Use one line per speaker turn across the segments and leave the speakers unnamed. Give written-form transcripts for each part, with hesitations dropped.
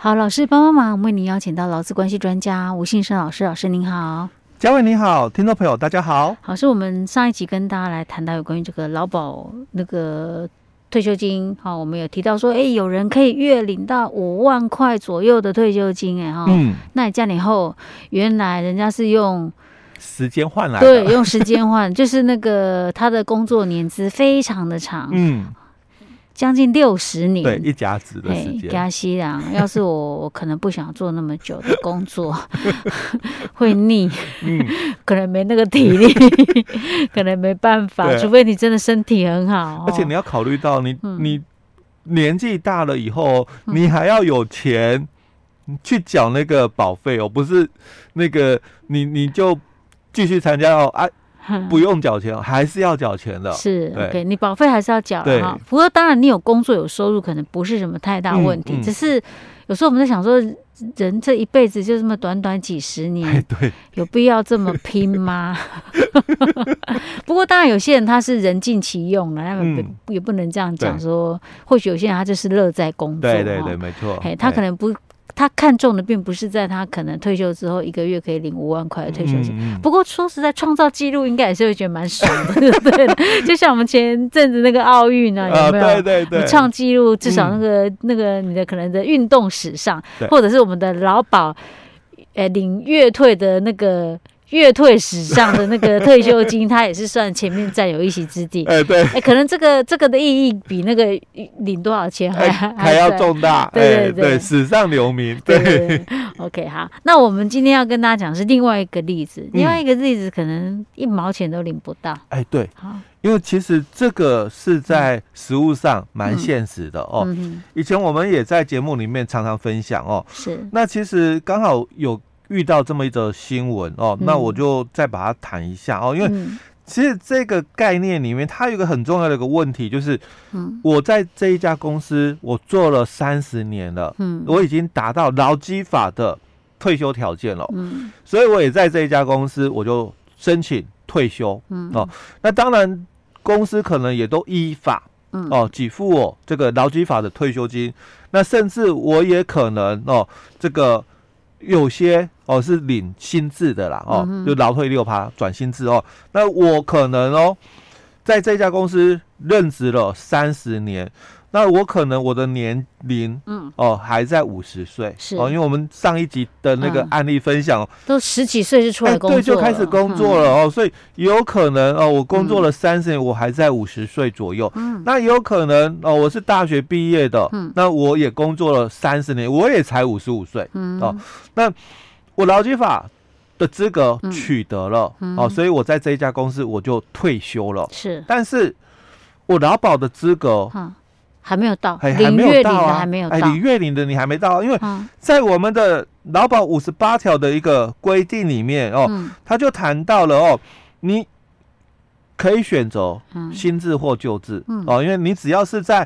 好，老师帮忙，为您邀请到劳资关系专家吴信生老师。老师您好。
嘉伟你好，听众朋友大家好。
好，是我们上一集跟大家来谈到有关于这个劳保那个退休金，好，我们有提到说，有人可以月领到5万块左右的退休金，那你这样以后，原来人家是用
时间换来的，
对，用时间换，就是那个他的工作年资非常的长，将近60年，
对，一甲子的时间。
加西啦，要是我可能不想做那么久的工作，会腻，可能没那个体力，可能没办法，除非你真的身体很好。
而且你要考虑到你年纪大了以后，你还要有钱去缴那个保费哦，不是那个你就继续参加哦，不用缴钱，还是要缴钱的。
是 ，OK， 你保费还是要缴的哈。不过当然，你有工作有收入，可能不是什么太大问题。只是有时候我们在想说，人这一辈子就这么短短几十年，
对，
有必要这么拼吗？不过当然，有些人他是人尽其用了，也不能这样讲说。或许有些人他就是乐在工作，
对，没错。
他可能不。他看中的并不是在他可能退休之后1个月可以领5万块的退休金，不过说实在，创造纪录应该也是会觉得蛮爽的，对不对？就像我们前阵子那个奥运啊，有没有？对，你创纪录，至少那个你的可能的运动史上，或者是我们的劳保，领月退的那个。月退史上的那个退休金，它也是算前面占有一席之地。
对，
可能这个的意义比那个领多少钱还
要重大。对，史上留名。对
，OK， 好，那我们今天要跟大家讲是另外一个例子，另外一个例子可能1毛钱都领不到。
对，因为其实这个是在实务上蛮现实的哦。以前我们也在节目里面常常分享哦。
是，
那其实刚好有遇到这么一则新闻哦，那我就再把它谈一下哦，因为其实这个概念里面，它有一个很重要的一个问题，就是我在这一家公司我做了30年了，我已经达到劳基法的退休条件了，所以我也在这一家公司我就申请退休，那当然公司可能也都依法给付我这个劳基法的退休金，那甚至我也可能这个。有些是领薪制的啦就劳退6%转薪制那我可能在这家公司任职了30年，那我可能我的年龄还在50岁因为我们上一集的那个案例分享
都10几岁就出来工作了，
对，就开始工作了所以有可能我工作了30年，我还在50岁左右，那也有可能我是大学毕业的，那我也工作了30年，我也才55岁那我劳基法的资格取得了所以我在这一家公司我就退休了，
是，
但是我劳保的资格
还没有到，
领月领的
还没有到，
领月领的你还没到，因为在我们的劳保58条的一个规定里面他就谈到了你可以选择新制或旧制因为你只要是在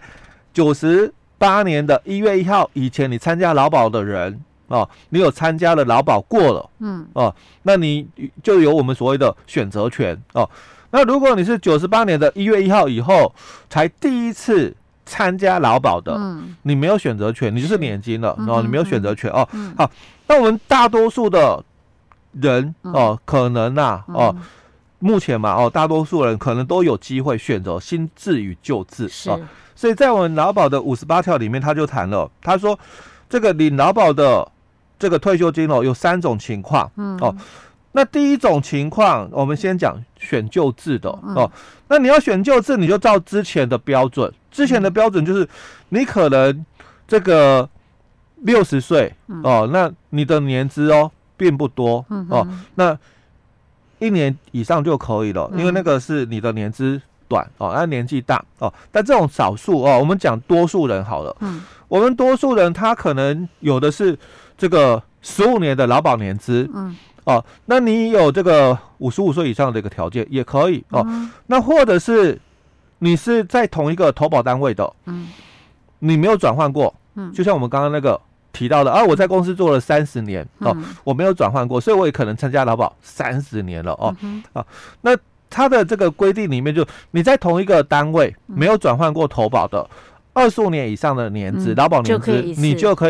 98年的1月1号以前你参加劳保的人你有参加了劳保过了那你就有我们所谓的选择权那如果你是98年的1月1号以后才第一次参加劳保的你没有选择权，你就是年金了你没有选择权好，那我们大多数的人可能目前嘛大多数人可能都有机会选择新制与旧制所以在我们劳保的58条里面他就谈了，他说这个领劳保的这个退休金有3种情况那第一种情况我们先讲选旧制的那你要选旧制你就照之前的标准，之前的标准就是你可能这个60岁那你的年资并不多那1年以上就可以了，因为那个是你的年资短那年纪大但这种少数我们讲多数人好了我们多数人他可能有的是这个15年的劳保年资那你有这个55岁以上的一个条件也可以那或者是你是在同一个投保单位的你没有转换过就像我们刚刚那个提到的我在公司做了30年我没有转换过，所以我也可能参加劳保30年了那它的这个规定里面就你在同一个单位没有转换过投保的25年以上的年资劳保年资你就可以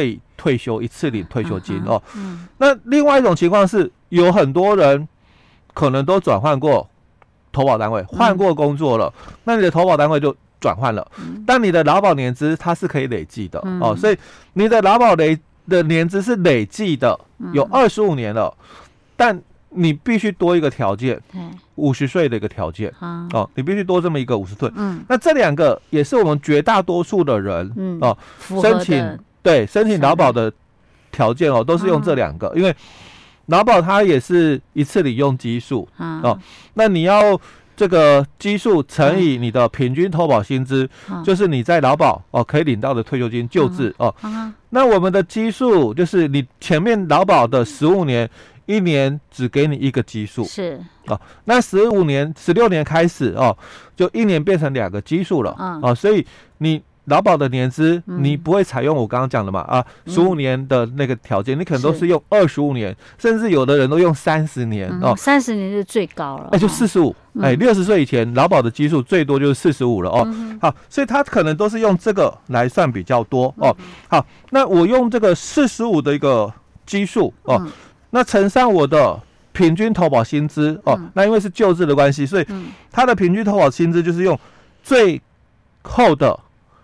退休一次领退休金哦。那另外一种情况是，有很多人可能都转换过投保单位，换过工作了，那你的投保单位就转换了，但你的劳保年资它是可以累计的哦，所以你的劳保的年资是累计的，有25年了，但你必须多一个条件，50岁的一个条件哦，你必须多这么一个50岁。那这两个也是我们绝大多数的人哦，申请劳保的条件哦，都是用这两个，因为劳保它也是一次领用基数哦，那你要这个基数乘以你的平均投保薪资，就是你在劳保哦可以领到的退休金旧制哦。那我们的基数就是你前面劳保的15年。1年只给你一个基数，
是
哦，那16年开始哦，就1年变成2个基数了，哦，所以你劳保的年资，你不会采用我刚刚讲的嘛，15年的那个条件，你可能都是用25年，甚至有的人都用30年哦
，30年是最高了，
就45，60岁以前劳保的基数最多就是45了哦，好，所以他可能都是用这个来算比较多哦，好，那我用这个45的一个基数哦。那乘上我的平均投保薪资哦，那因为是旧制的关系，所以它的平均投保薪资就是用最后的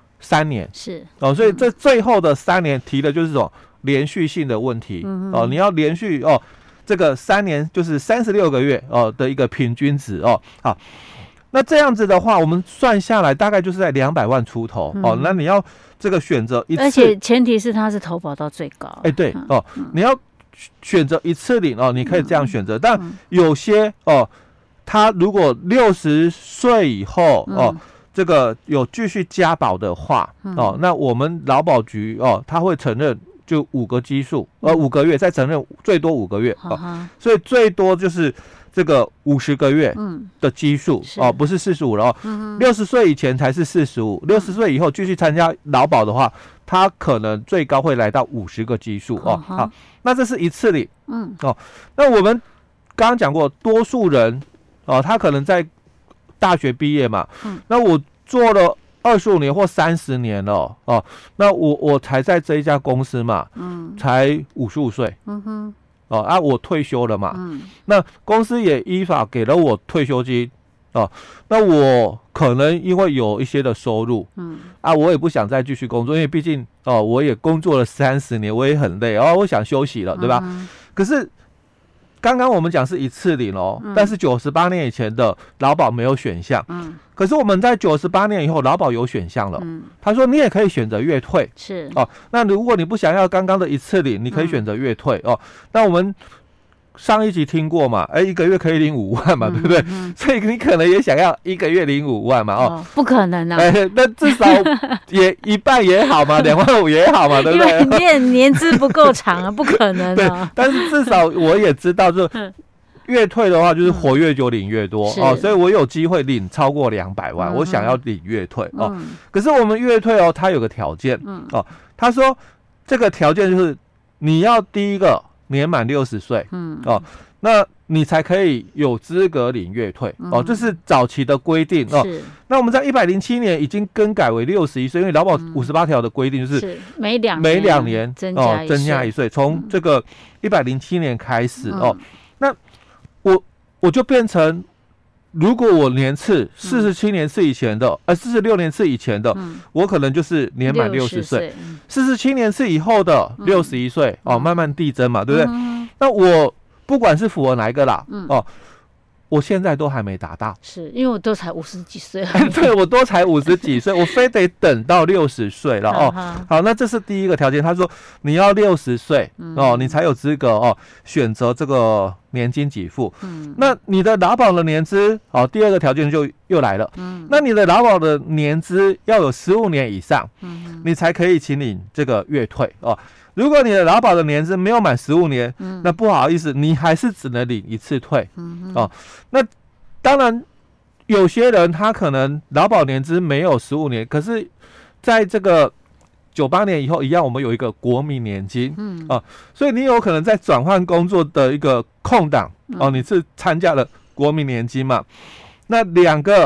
3年
是
哦，所以这最后的3年提的就是这种连续性的问题哦，你要连续哦，这个3年就是36个月哦的一个平均值哦，好，那这样子的话，我们算下来大概就是在200万出头哦，那你要这个选择一次，
而且前提是它是投保到最高，
对哦，你要选择一次领哦，你可以这样选择，但有些哦，他如果60岁以后哦，这个有继续加保的话哦，那我们劳保局哦，他会承认就5个基数，5个月，再承认最多5个月哦，所以最多就是这个50个月的基数哦，不是45了哦，60岁以前才是45，60岁以后继续参加劳保的话，他可能最高会来到50个基数哦，好。那这是一次领，哦，那我们刚刚讲过，多数人哦，他可能在大学毕业嘛，那我做了25年或30年了哦，那我才在这一家公司嘛，才55岁，我退休了嘛，那公司也依法给了我退休金。哦，那我可能因为有一些的收入，我也不想再继续工作，因为毕竟哦，我也工作了30年，我也很累哦，我想休息了，对吧？可是刚刚我们讲是一次领哦，但是98年以前的劳保没有选项，可是我们在98年以后劳保有选项了，他说你也可以选择月退，
是
哦，那如果你不想要刚刚的一次领，你可以选择月退哦，那我们。上一集听过嘛？一个月可以领5万嘛，对不对？所以你可能也想要一个月领5万嘛？哦，
不可能啊！
那至少也一半也好嘛，2万5也好嘛，对不对？
因为你也年资不够长啊，不可能啊。
对，但是至少我也知道，就是月退的话，就是活越久领越多哦，所以我有机会领超过200万，我想要领月退哦。可是我们月退哦，它有个条件哦，他说这个条件就是你要第一个。年满60岁，哦，那你才可以有资格领月退哦，这是早期的规定哦。那我们在107年已经更改为61岁，因为劳保58条的规定就是每2年增加1岁，从这个107年开始哦。那我就变成，如果我年次47年次以前的，46年次以前的，我可能就是年满60岁。47年次以后的61岁哦，慢慢递增嘛，对不对？那我不管是符合哪一个啦，哦，我现在都还没达到，
是因为我都才50几岁，
对，我都才50几岁，我非得等到60岁了哦。好，那这是第一个条件，他说你要60岁哦，你才有资格哦选择这个年金给付。那你的劳保的年资哦，第二个条件就又来了，那你的劳保的年资要有15年以上，你才可以请领这个月退哦。如果你的劳保的年资没有满15年，那不好意思，你还是只能领一次退哦。那当然，有些人他可能劳保年资没有15年，可是在这个98年以后一样，我们有一个国民年金所以你有可能在转换工作的一个空档哦，你是参加了国民年金嘛？那2个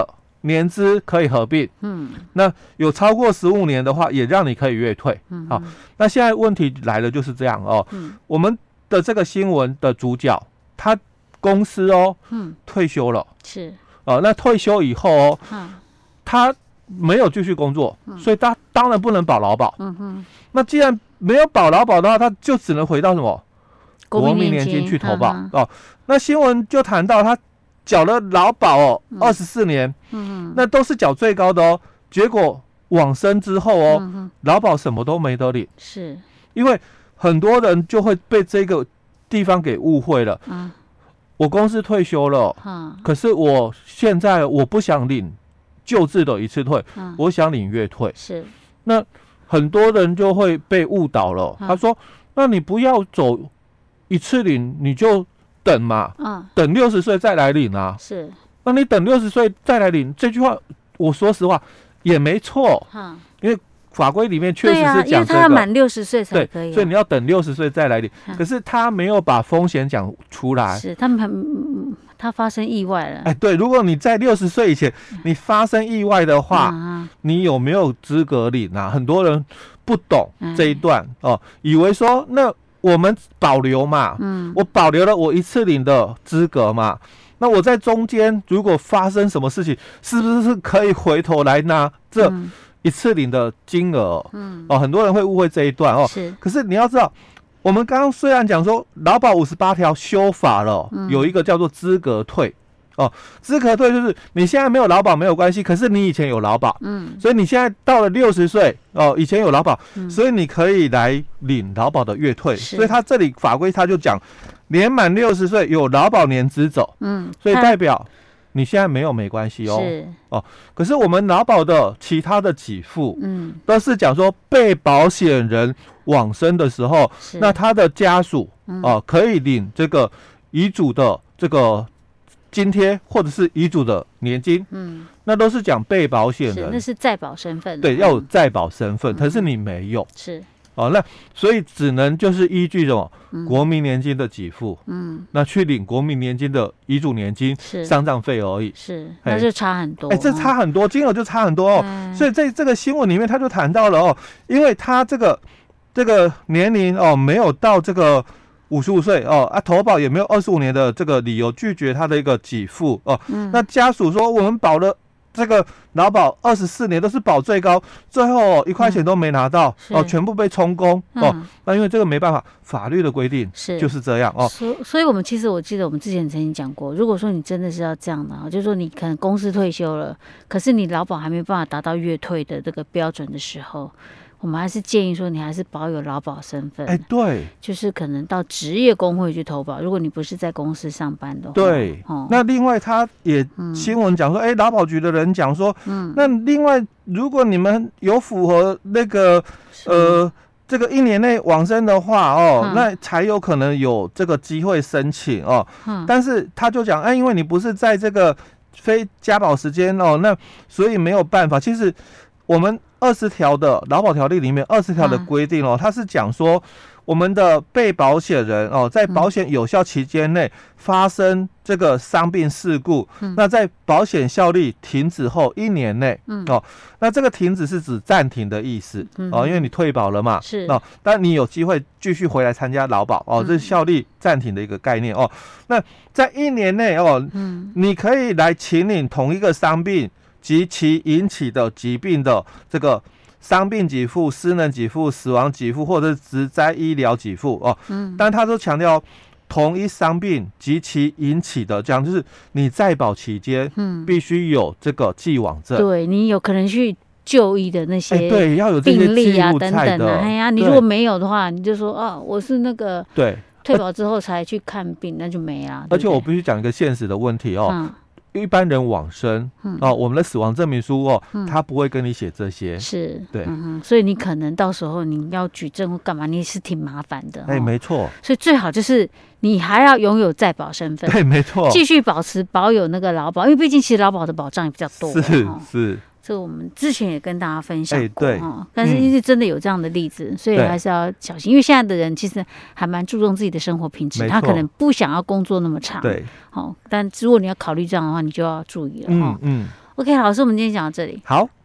年资可以合并，那有超过15年的话，也让你可以月退，好，那现在问题来了，就是这样哦，我们的这个新闻的主角，他公司退休了，
是
那退休以后他没有继续工作，所以他当然不能保劳保，那既然没有保劳保的话，他就只能回到什么国民年金去投保哦。那新闻就谈到他缴了劳保24年，那都是缴最高的哦。结果往生之后劳保什么都没得领，
是
因为很多人就会被这个地方给误会了。我公司退休了，可是我现在我不想领旧制的一次退，我想领月退。
是，
那很多人就会被误导了。他说：“那你不要走一次领，你就等嘛，等60岁再来领啊。”
是，
那你等60岁再来领，这句话我说实话也没错，因为法规里面确实是讲这个，
因为他要满60岁才可以，
所以你要等60岁再来领。可是他没有把风险讲出来，
是他发生意外了。
对，如果你在60岁以前你发生意外的话，你有没有资格领啊？很多人不懂这一段以为说那我们保留嘛，我保留了我一次领的资格嘛。那我在中间如果发生什么事情，是不是可以回头来拿这一次领的金额？很多人会误会这一段可是你要知道，我们刚刚虽然讲说劳保58条修法了，有一个叫做资格退资格退就是你现在没有劳保没有关系，可是你以前有劳保，所以你现在到了60岁以前有劳保，所以你可以来领劳保的月退。所以他这里法规他就讲，年满60岁有劳保年资走，所以代表你现在没有没关系可是我们劳保的其他的给付，都是讲说被保险人往生的时候，那他的家属可以领这个遗嘱的这个津贴或者是遗嘱的年金，那都是讲被保险人，
那是再保身份，
对，要有再保身份，可是你没有，
是
那所以只能就是依据什么国民年金的给付，那去领国民年金的遗嘱年金、丧葬费而已，
是，那就差很多，
这差很多，金额就差很多所以在这个新闻里面他就谈到了因为他这个年龄没有到这个55岁投保也没有25年的这个理由拒绝他的一个给付那家属说我们保了这个劳保24年都是保最高，最后1块钱都没拿到全部被充公那因为这个没办法，法律的规定就是这样
所以我记得我们之前曾经讲过，如果说你真的是要这样的就是说你可能公司退休了，可是你劳保还没办法达到月退的这个标准的时候，我们还是建议说你还是保有劳保身份
对，
就是可能到职业工会去投保，如果你不是在公司上班的话，
对那另外他也新闻讲说劳保局的人讲说那另外如果你们有符合那个这个1年内往生的话那才有可能有这个机会申请但是他就讲因为你不是在这个非加保时间那所以没有办法。其实我们20条的劳保条例里面20条的规定它是讲说我们的被保险人在保险有效期间内发生这个伤病事故，那在保险效力停止后1年内那这个停止是指暂停的意思因为你退保了嘛，
是
但你有机会继续回来参加劳保这是效力暂停的一个概念那在1年内你可以来请领同一个伤病及其引起的疾病的这个伤病给付、失能给付、死亡给付或者是职灾医疗给付但他都强调同一伤病及其引起的，这样就是你在保期间必须有这个既往症，
对你有可能去就医的那些
对要有这些
病例啊
等
等你如果没有的话，你就说我是那个
对
退保之后才去看病，那就没了。
而且我必须讲一个现实的问题一般人往生我们的死亡证明书他不会跟你写这些，
是
对
所以你可能到时候你要举证或干嘛，你是挺麻烦的
没错。
所以最好就是你还要拥有再保身份，
对，没错，
继续保有那个劳保，因为毕竟其实劳保的保障也比较多，
是这
个我们之前也跟大家分享过
对
但是因为真的有这样的例子所以还是要小心，因为现在的人其实还蛮注重自己的生活品质，他可能不想要工作那么长，
对
但如果你要考虑这样的话，你就要注意了 OK， 老师，我们今天讲到这里。
好。